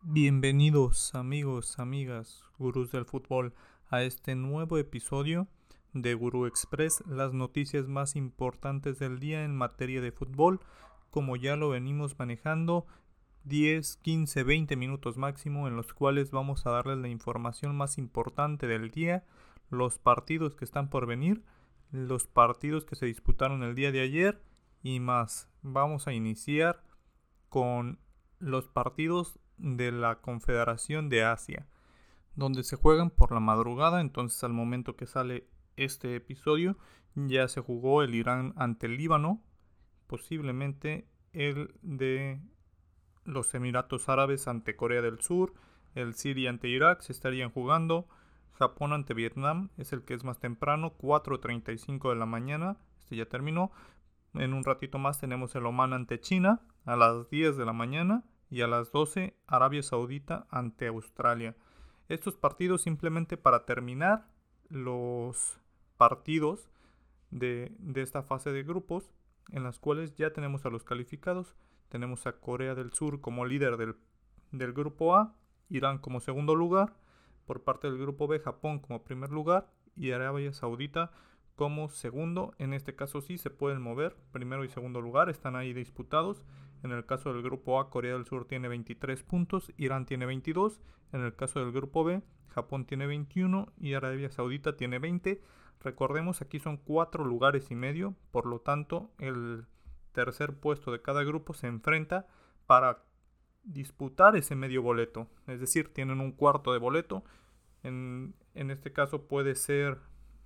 Bienvenidos amigos, amigas, gurús del fútbol a este nuevo episodio de Gurú Express, las noticias más importantes del día en materia de fútbol, como ya lo venimos manejando, 10, 15, 20 minutos máximo en los cuales vamos a darles la información más importante del día, los partidos que están por venir, los partidos que se disputaron el día de ayer y más. Vamos a iniciar con los partidos de la Confederación de Asia, donde se juegan por la madrugada. Entonces, al momento que sale este episodio, ya se jugó el Irán ante el Líbano, posiblemente el de los Emiratos Árabes ante Corea del Sur, el Siria ante Irak se estarían jugando, Japón ante Vietnam es el que es más temprano, 4:35 de la mañana, este ya terminó. En un ratito más tenemos el Oman ante China a las 10 de la mañana y a las 12 Arabia Saudita ante Australia. Estos partidos simplemente para terminar los partidos de esta fase de grupos en las cuales ya tenemos a los calificados. Tenemos a Corea del Sur como líder del grupo A, Irán como segundo lugar, por parte del grupo B Japón como primer lugar y Arabia Saudita como segundo. En este caso sí se pueden mover, primero y segundo lugar están ahí disputados. En el caso del grupo A, Corea del Sur tiene 23 puntos, Irán tiene 22. En el caso del grupo B, Japón tiene 21 y Arabia Saudita tiene 20. Recordemos, aquí son 4 lugares y medio, por lo tanto el tercer puesto de cada grupo se enfrenta para disputar ese medio boleto. Es decir, tienen un cuarto de boleto. En este caso puede ser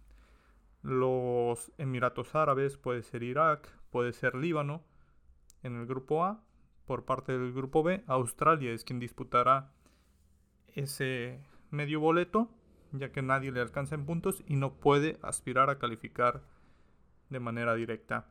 los Emiratos Árabes, puede ser Irak, puede ser Líbano. En el grupo A, por parte del grupo B, Australia es quien disputará ese medio boleto, ya que nadie le alcanza en puntos y no puede aspirar a calificar de manera directa.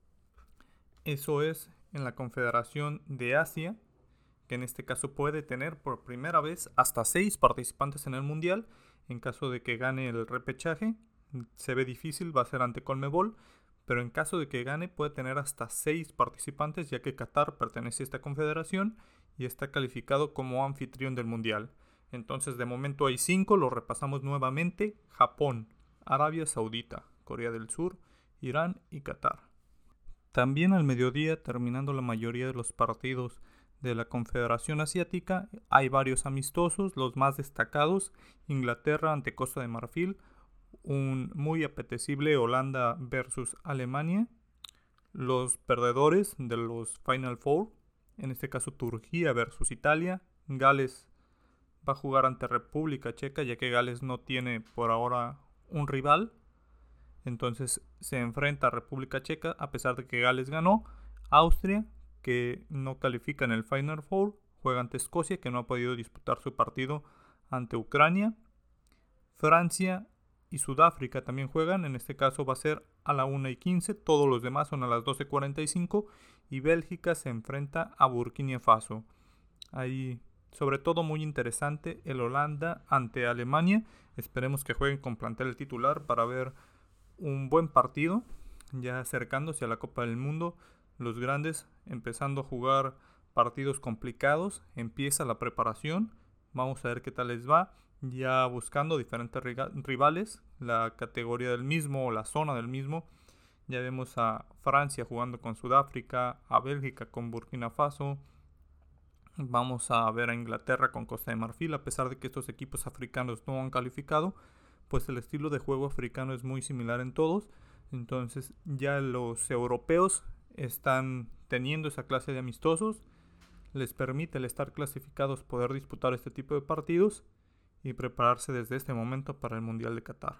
Eso es en la Confederación de Asia, que en este caso puede tener por primera vez hasta 6 participantes en el Mundial. En caso de que gane el repechaje, se ve difícil, va a ser ante Conmebol, pero en caso de que gane puede tener hasta 6 participantes, ya que Qatar pertenece a esta confederación y está calificado como anfitrión del Mundial. Entonces de momento hay 5, lo repasamos nuevamente: Japón, Arabia Saudita, Corea del Sur, Irán y Qatar. También al mediodía, terminando la mayoría de los partidos de la Confederación Asiática, hay varios amistosos, los más destacados: Inglaterra ante Costa de Marfil, un muy apetecible Holanda versus Alemania, los perdedores de los Final Four, en este caso Turquía versus Italia, Gales va a jugar ante República Checa, ya que Gales no tiene por ahora un rival, entonces se enfrenta a República Checa a pesar de que Gales ganó. Austria, que no califica en el Final Four, juega ante Escocia, que no ha podido disputar su partido ante Ucrania. Francia y Sudáfrica también juegan, en este caso va a ser a la 1:15, todos los demás son a las 12:45 y Bélgica se enfrenta a Burkina Faso. Ahí, sobre todo muy interesante, el Holanda ante Alemania. Esperemos que jueguen con plantel titular para ver un buen partido, ya acercándose a la Copa del Mundo. Los grandes empezando a jugar partidos complicados, empieza la preparación, vamos a ver qué tal les va, ya buscando diferentes rivales, la categoría del mismo o la zona del mismo. Ya vemos a Francia jugando con Sudáfrica, a Bélgica con Burkina Faso, vamos a ver a Inglaterra con Costa de Marfil. A pesar de que estos equipos africanos no han calificado, pues el estilo de juego africano es muy similar en todos. Entonces ya los europeos están teniendo esa clase de amistosos, les permite el estar clasificados poder disputar este tipo de partidos y prepararse desde este momento para el Mundial de Qatar.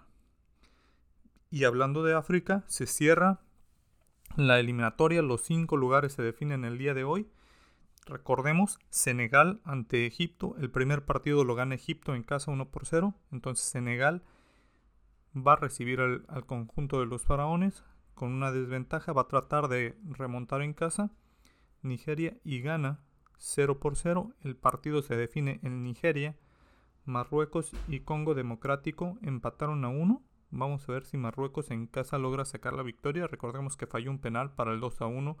Y hablando de África, se cierra la eliminatoria, los 5 lugares se definen el día de hoy. Recordemos, Senegal ante Egipto, el primer partido lo gana Egipto en casa 1-0, entonces Senegal va a recibir al conjunto de los faraones con una desventaja, va a tratar de remontar en casa. Nigeria y Ghana 0-0, el partido se define en Nigeria. Marruecos y Congo Democrático empataron a 1. Vamos a ver si Marruecos en casa logra sacar la victoria. Recordemos que falló un penal para el 2-1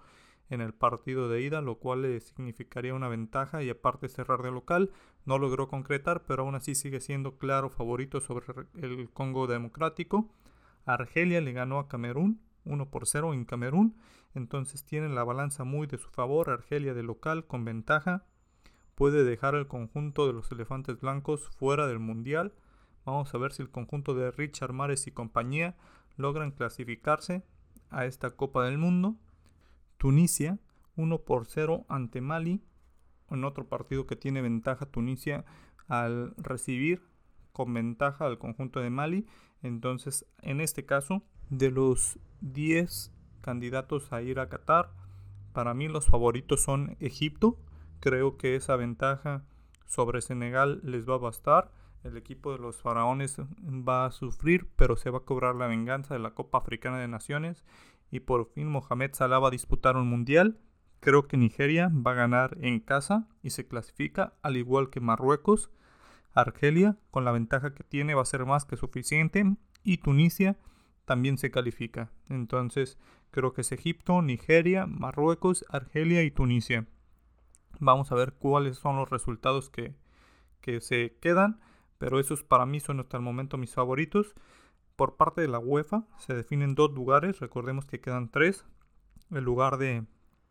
en el partido de ida, lo cual le significaría una ventaja y aparte cerrar de local. No logró concretar, pero aún así sigue siendo claro favorito sobre el Congo Democrático. Argelia le ganó a Camerún 1-0 en Camerún, entonces tienen la balanza muy de su favor. Argelia de local con ventaja puede dejar el conjunto de los elefantes blancos fuera del mundial. Vamos a ver si el conjunto de Richard Mares y compañía logran clasificarse a esta Copa del Mundo. Tunisia 1-0 ante Mali, en otro partido que tiene ventaja Tunisia al recibir con ventaja al conjunto de Mali. Entonces, en este caso, de los 10 candidatos a ir a Qatar, para mí los favoritos son Egipto. Creo que esa ventaja sobre Senegal les va a bastar. El equipo de los faraones va a sufrir, pero se va a cobrar la venganza de la Copa Africana de Naciones. Y por fin Mohamed Salah va a disputar un mundial. Creo que Nigeria va a ganar en casa y se clasifica, al igual que Marruecos. Argelia, con la ventaja que tiene, va a ser más que suficiente. Y Tunisia también se califica. Entonces, creo que es Egipto, Nigeria, Marruecos, Argelia y Tunisia. Vamos a ver cuáles son los resultados que se quedan. Pero esos para mí son hasta el momento mis favoritos. Por parte de la UEFA se definen 2 lugares. Recordemos que quedan 3. El lugar de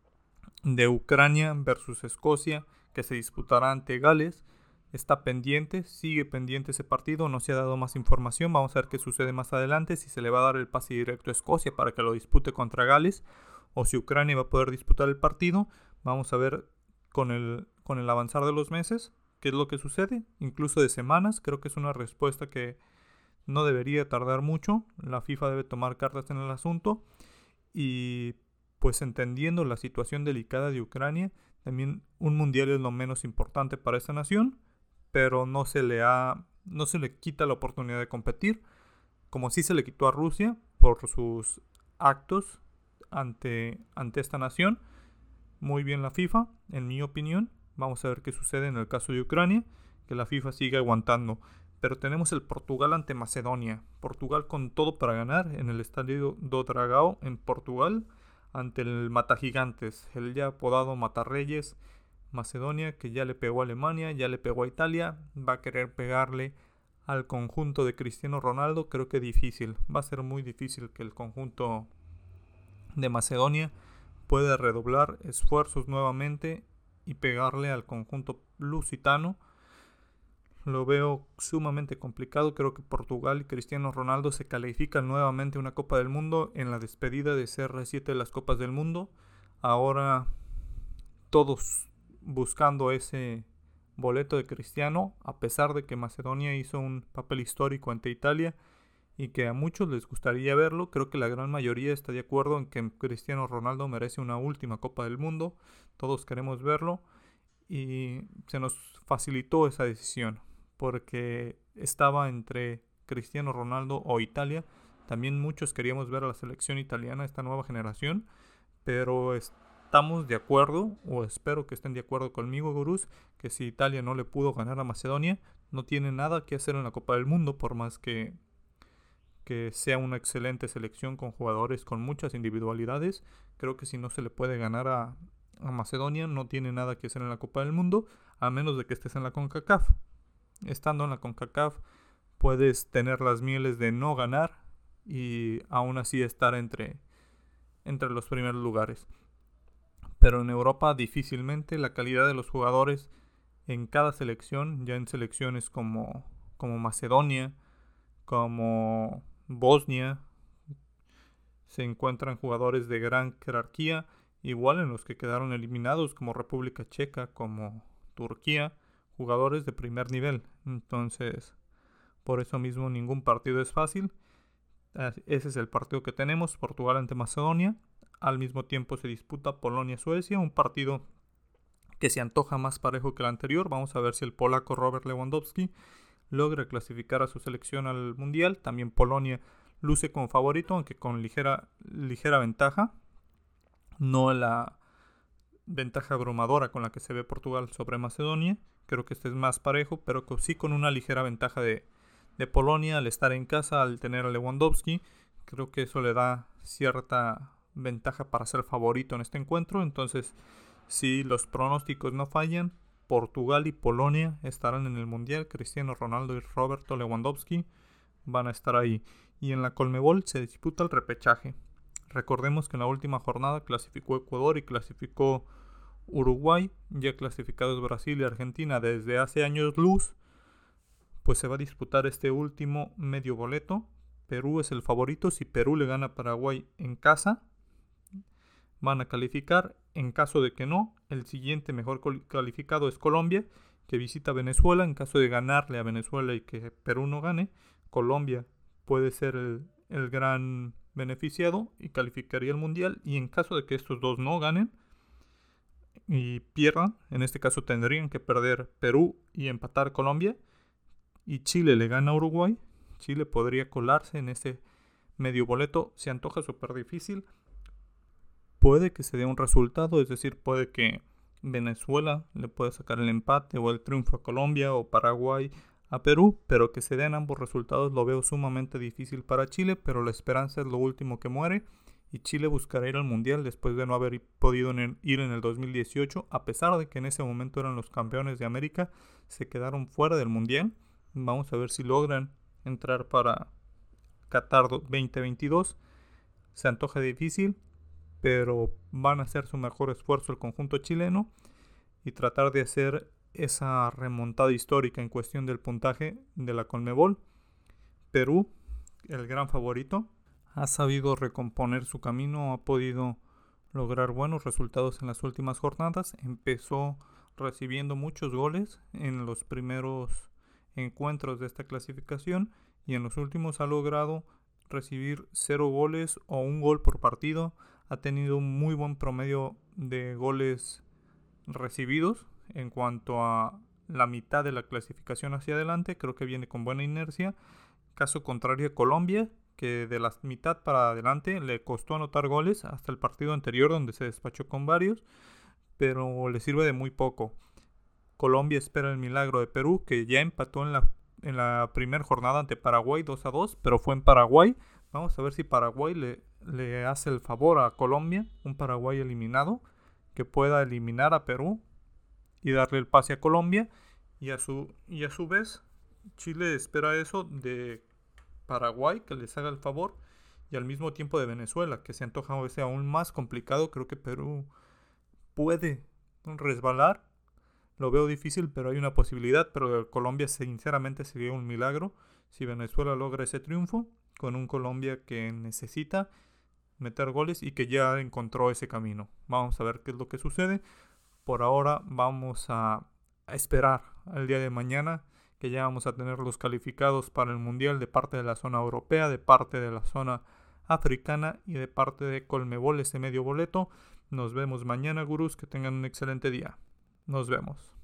Ucrania versus Escocia, que se disputará ante Gales, está pendiente, sigue pendiente ese partido, no se ha dado más información. Vamos a ver qué sucede más adelante, si se le va a dar el pase directo a Escocia para que lo dispute contra Gales, o si Ucrania va a poder disputar el partido. Vamos a ver con el avanzar de los meses qué es lo que sucede, incluso de semanas. Creo que es una respuesta que no debería tardar mucho. La FIFA debe tomar cartas en el asunto y pues entendiendo la situación delicada de Ucrania, también un mundial es lo menos importante para esta nación, pero no se le quita la oportunidad de competir, como sí se le quitó a Rusia por sus actos ante esta nación. Muy bien la FIFA, en mi opinión. Vamos a ver qué sucede en el caso de Ucrania, que la FIFA sigue aguantando. Pero tenemos el Portugal ante Macedonia. Portugal con todo para ganar en el Estadio do Dragão en Portugal ante el Matagigantes, el ya apodado Matarreyes. Macedonia, que ya le pegó a Alemania, ya le pegó a Italia, va a querer pegarle al conjunto de Cristiano Ronaldo. Creo que difícil, va a ser muy difícil que el conjunto de Macedonia pueda redoblar esfuerzos nuevamente y pegarle al conjunto lusitano. Lo veo sumamente complicado. Creo que Portugal y Cristiano Ronaldo se califican nuevamente a una Copa del Mundo en la despedida de CR7 de las Copas del Mundo. Ahora todos buscando ese boleto de Cristiano, a pesar de que Macedonia hizo un papel histórico ante Italia y que a muchos les gustaría verlo. Creo que la gran mayoría está de acuerdo en que Cristiano Ronaldo merece una última Copa del Mundo. Todos queremos verlo y se nos facilitó esa decisión porque estaba entre Cristiano Ronaldo o Italia. También muchos queríamos ver a la selección italiana, esta nueva generación, pero estamos de acuerdo, o espero que estén de acuerdo conmigo, gurús, que si Italia no le pudo ganar a Macedonia, no tiene nada que hacer en la Copa del Mundo, por más que sea una excelente selección con jugadores con muchas individualidades. Creo que si no se le puede ganar a Macedonia, no tiene nada que hacer en la Copa del Mundo, a menos de que estés en la CONCACAF. Estando en la CONCACAF puedes tener las mieles de no ganar y aún así estar entre los primeros lugares. Pero en Europa difícilmente. La calidad de los jugadores en cada selección, ya en selecciones como Macedonia, como Bosnia, se encuentran jugadores de gran jerarquía, igual en los que quedaron eliminados como República Checa, como Turquía, jugadores de primer nivel. Entonces, por eso mismo ningún partido es fácil. Ese es el partido que tenemos, Portugal ante Macedonia. Al mismo tiempo se disputa Polonia-Suecia, un partido que se antoja más parejo que el anterior. Vamos a ver si el polaco Robert Lewandowski logra clasificar a su selección al Mundial. También Polonia luce como favorito, aunque con ligera ventaja. No la ventaja abrumadora con la que se ve Portugal sobre Macedonia. Creo que este es más parejo, pero sí con una ligera ventaja de Polonia al estar en casa, al tener a Lewandowski. Creo que eso le da cierta ventaja para ser favorito en este encuentro. Entonces, si los pronósticos no fallan, Portugal y Polonia estarán en el Mundial. Cristiano Ronaldo y Roberto Lewandowski van a estar ahí. Y en la Conmebol se disputa el repechaje. Recordemos que en la última jornada clasificó Ecuador y clasificó Uruguay. Ya clasificados Brasil y Argentina desde hace años luz. Pues se va a disputar este último medio boleto. Perú es el favorito. Si Perú le gana a Paraguay en casa, van a calificar. En caso de que no, el siguiente mejor calificado es Colombia, que visita Venezuela. En caso de ganarle a Venezuela y que Perú no gane, Colombia puede ser el gran beneficiado y calificaría el Mundial. Y en caso de que estos dos no ganen y pierdan, en este caso tendrían que perder Perú y empatar Colombia, y Chile le gana a Uruguay, Chile podría colarse en ese medio boleto. Se antoja súper difícil. Puede que se dé un resultado, es decir, puede que Venezuela le pueda sacar el empate o el triunfo a Colombia, o Paraguay a Perú, pero que se den ambos resultados lo veo sumamente difícil para Chile. Pero la esperanza es lo último que muere, y Chile buscará ir al Mundial después de no haber podido ir en el 2018, a pesar de que en ese momento eran los campeones de América. Se quedaron fuera del Mundial. Vamos a ver si logran entrar para Qatar 2022. Se antoja difícil, pero van a hacer su mejor esfuerzo el conjunto chileno y tratar de hacer esa remontada histórica en cuestión del puntaje de la Conmebol. Perú, el gran favorito, ha sabido recomponer su camino, ha podido lograr buenos resultados en las últimas jornadas. Empezó recibiendo muchos goles en los primeros encuentros de esta clasificación, y en los últimos ha logrado recibir 0 goles o 1 gol por partido. Ha tenido un muy buen promedio de goles recibidos en cuanto a la mitad de la clasificación hacia adelante. Creo que viene con buena inercia. Caso contrario a Colombia, que de la mitad para adelante le costó anotar goles hasta el partido anterior, donde se despachó con varios, pero le sirve de muy poco. Colombia espera el milagro de Perú, que ya empató en la primera jornada ante Paraguay 2-2, pero fue en Paraguay. Vamos a ver si Paraguay le hace el favor a Colombia, un Paraguay eliminado, que pueda eliminar a Perú y darle el pase a Colombia. Y a su vez, Chile espera eso de Paraguay, que les haga el favor, y al mismo tiempo de Venezuela, que se antoja a veces aún más complicado. Creo que Perú puede resbalar. Lo veo difícil, pero hay una posibilidad. Pero Colombia sinceramente sería un milagro si Venezuela logra ese triunfo, con un Colombia que necesita meter goles y que ya encontró ese camino. Vamos a ver qué es lo que sucede. Por ahora vamos a esperar al día de mañana, que ya vamos a tener los calificados para el Mundial de parte de la zona europea, de parte de la zona africana y de parte de Conmebol, ese medio boleto. Nos vemos mañana, gurús. Que tengan un excelente día. Nos vemos.